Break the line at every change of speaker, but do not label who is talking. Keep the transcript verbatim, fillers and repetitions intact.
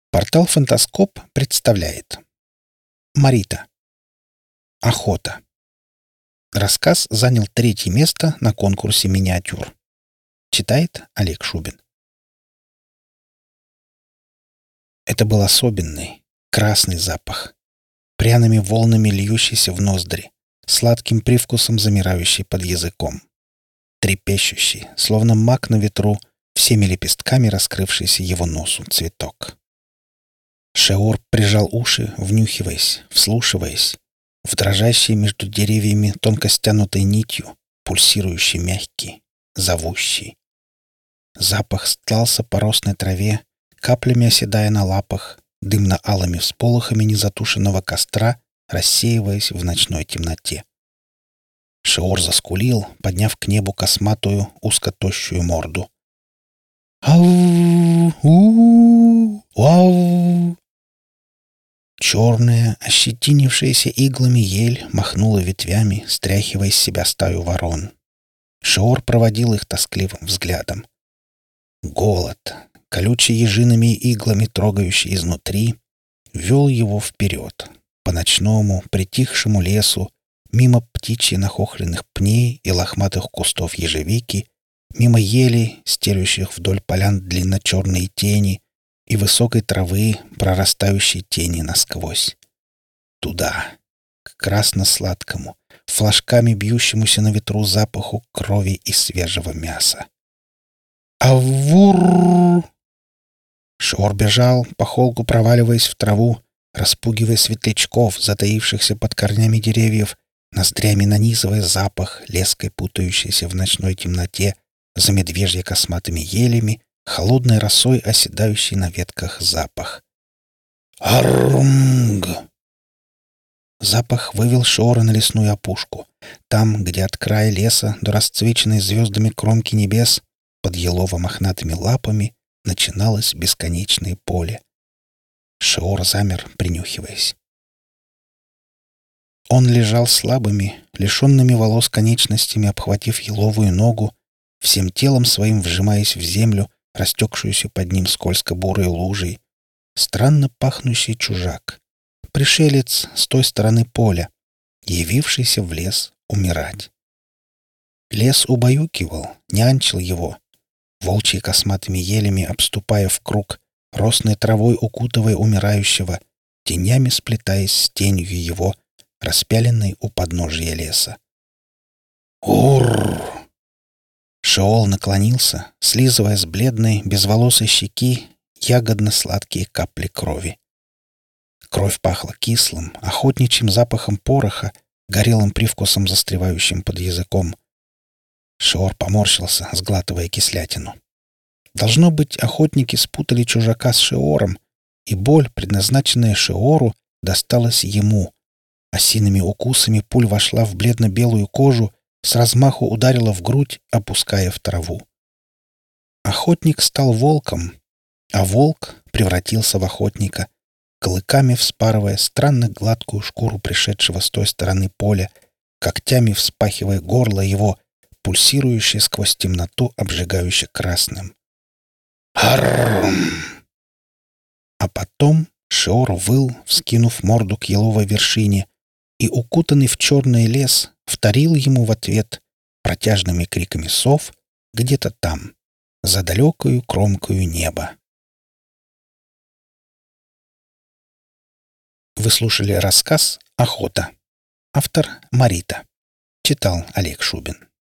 Портал «Фантаскоп» представляет Марита. Охота. Рассказ занял третье место на конкурсе миниатюр. Читает Олег Шубин. Это был особенный, красный запах, пряными волнами льющийся в ноздри, сладким привкусом замирающий под языком, трепещущий, словно мак на ветру, всеми лепестками раскрывшийся его носу цветок. Шеор прижал уши, внюхиваясь, вслушиваясь, в дрожащей между деревьями тонко стянутой нитью, пульсирующий мягкий, зовущий. Запах стлался по росной траве, каплями оседая на лапах, дымно-алыми всполохами незатушенного костра, рассеиваясь в ночной темноте. Шеор заскулил, подняв к небу косматую, узкотощую морду. «Ау! У! Вау!» Черная, ощетинившаяся иглами ель махнула ветвями, стряхивая с себя стаю ворон. Шеор проводил их тоскливым взглядом. Голод, колючий ежиными иглами трогающий изнутри, вел его вперед, по ночному, притихшему лесу, мимо птичьи нахохленных пней и лохматых кустов ежевики, мимо елей, стелющих вдоль полян длинно-черные тени, и высокой травы, прорастающей тени насквозь. Туда, к красно-сладкому, флажками бьющемуся на ветру запаху крови и свежего мяса. «Авур!» Шеор бежал, по холку проваливаясь в траву, распугивая светлячков, затаившихся под корнями деревьев, ноздрями нанизывая запах, леской путающийся в ночной темноте, за медвежье-косматыми елями, холодной росой оседающий на ветках запах. «Аррунг!» Запах вывел Шеора на лесную опушку. Там, где от края леса до расцвеченной звездами кромки небес, под елово-мохнатыми лапами, начиналось бесконечное поле. Шеор замер, принюхиваясь. Он лежал слабыми, лишенными волос конечностями, обхватив еловую ногу, всем телом своим вжимаясь в землю, растекшуюся под ним скользко-бурой лужей, странно пахнущий чужак, пришелец с той стороны поля, явившийся в лес умирать. Лес убаюкивал, нянчил его, волчьи косматыми елями обступая в круг, росной травой укутывая умирающего, тенями сплетаясь с тенью его, распяленной у подножия леса. «Ур!» Шеол наклонился, слизывая с бледной, безволосой щеки ягодно-сладкие капли крови. Кровь пахла кислым, охотничьим запахом пороха, горелым привкусом, застревающим под языком. Шеор поморщился, сглатывая кислятину. Должно быть, охотники спутали чужака с Шеором, и боль, предназначенная Шеору, досталась ему. Осиными укусами пуль вошла в бледно-белую кожу, с размаху ударила в грудь, опуская в траву. Охотник стал волком, а волк превратился в охотника, клыками вспарывая странно гладкую шкуру пришедшего с той стороны поля, когтями вспахивая горло его, пульсирующее сквозь темноту, обжигающе красным. «Арррррм!» А потом Шеор выл, вскинув морду к еловой вершине, и, укутанный в черный лес, вторил ему в ответ протяжными криками сов где-то там, за далекою кромкою неба. Вы слушали рассказ «Охота». Автор Марита. Читал Олег Шубин.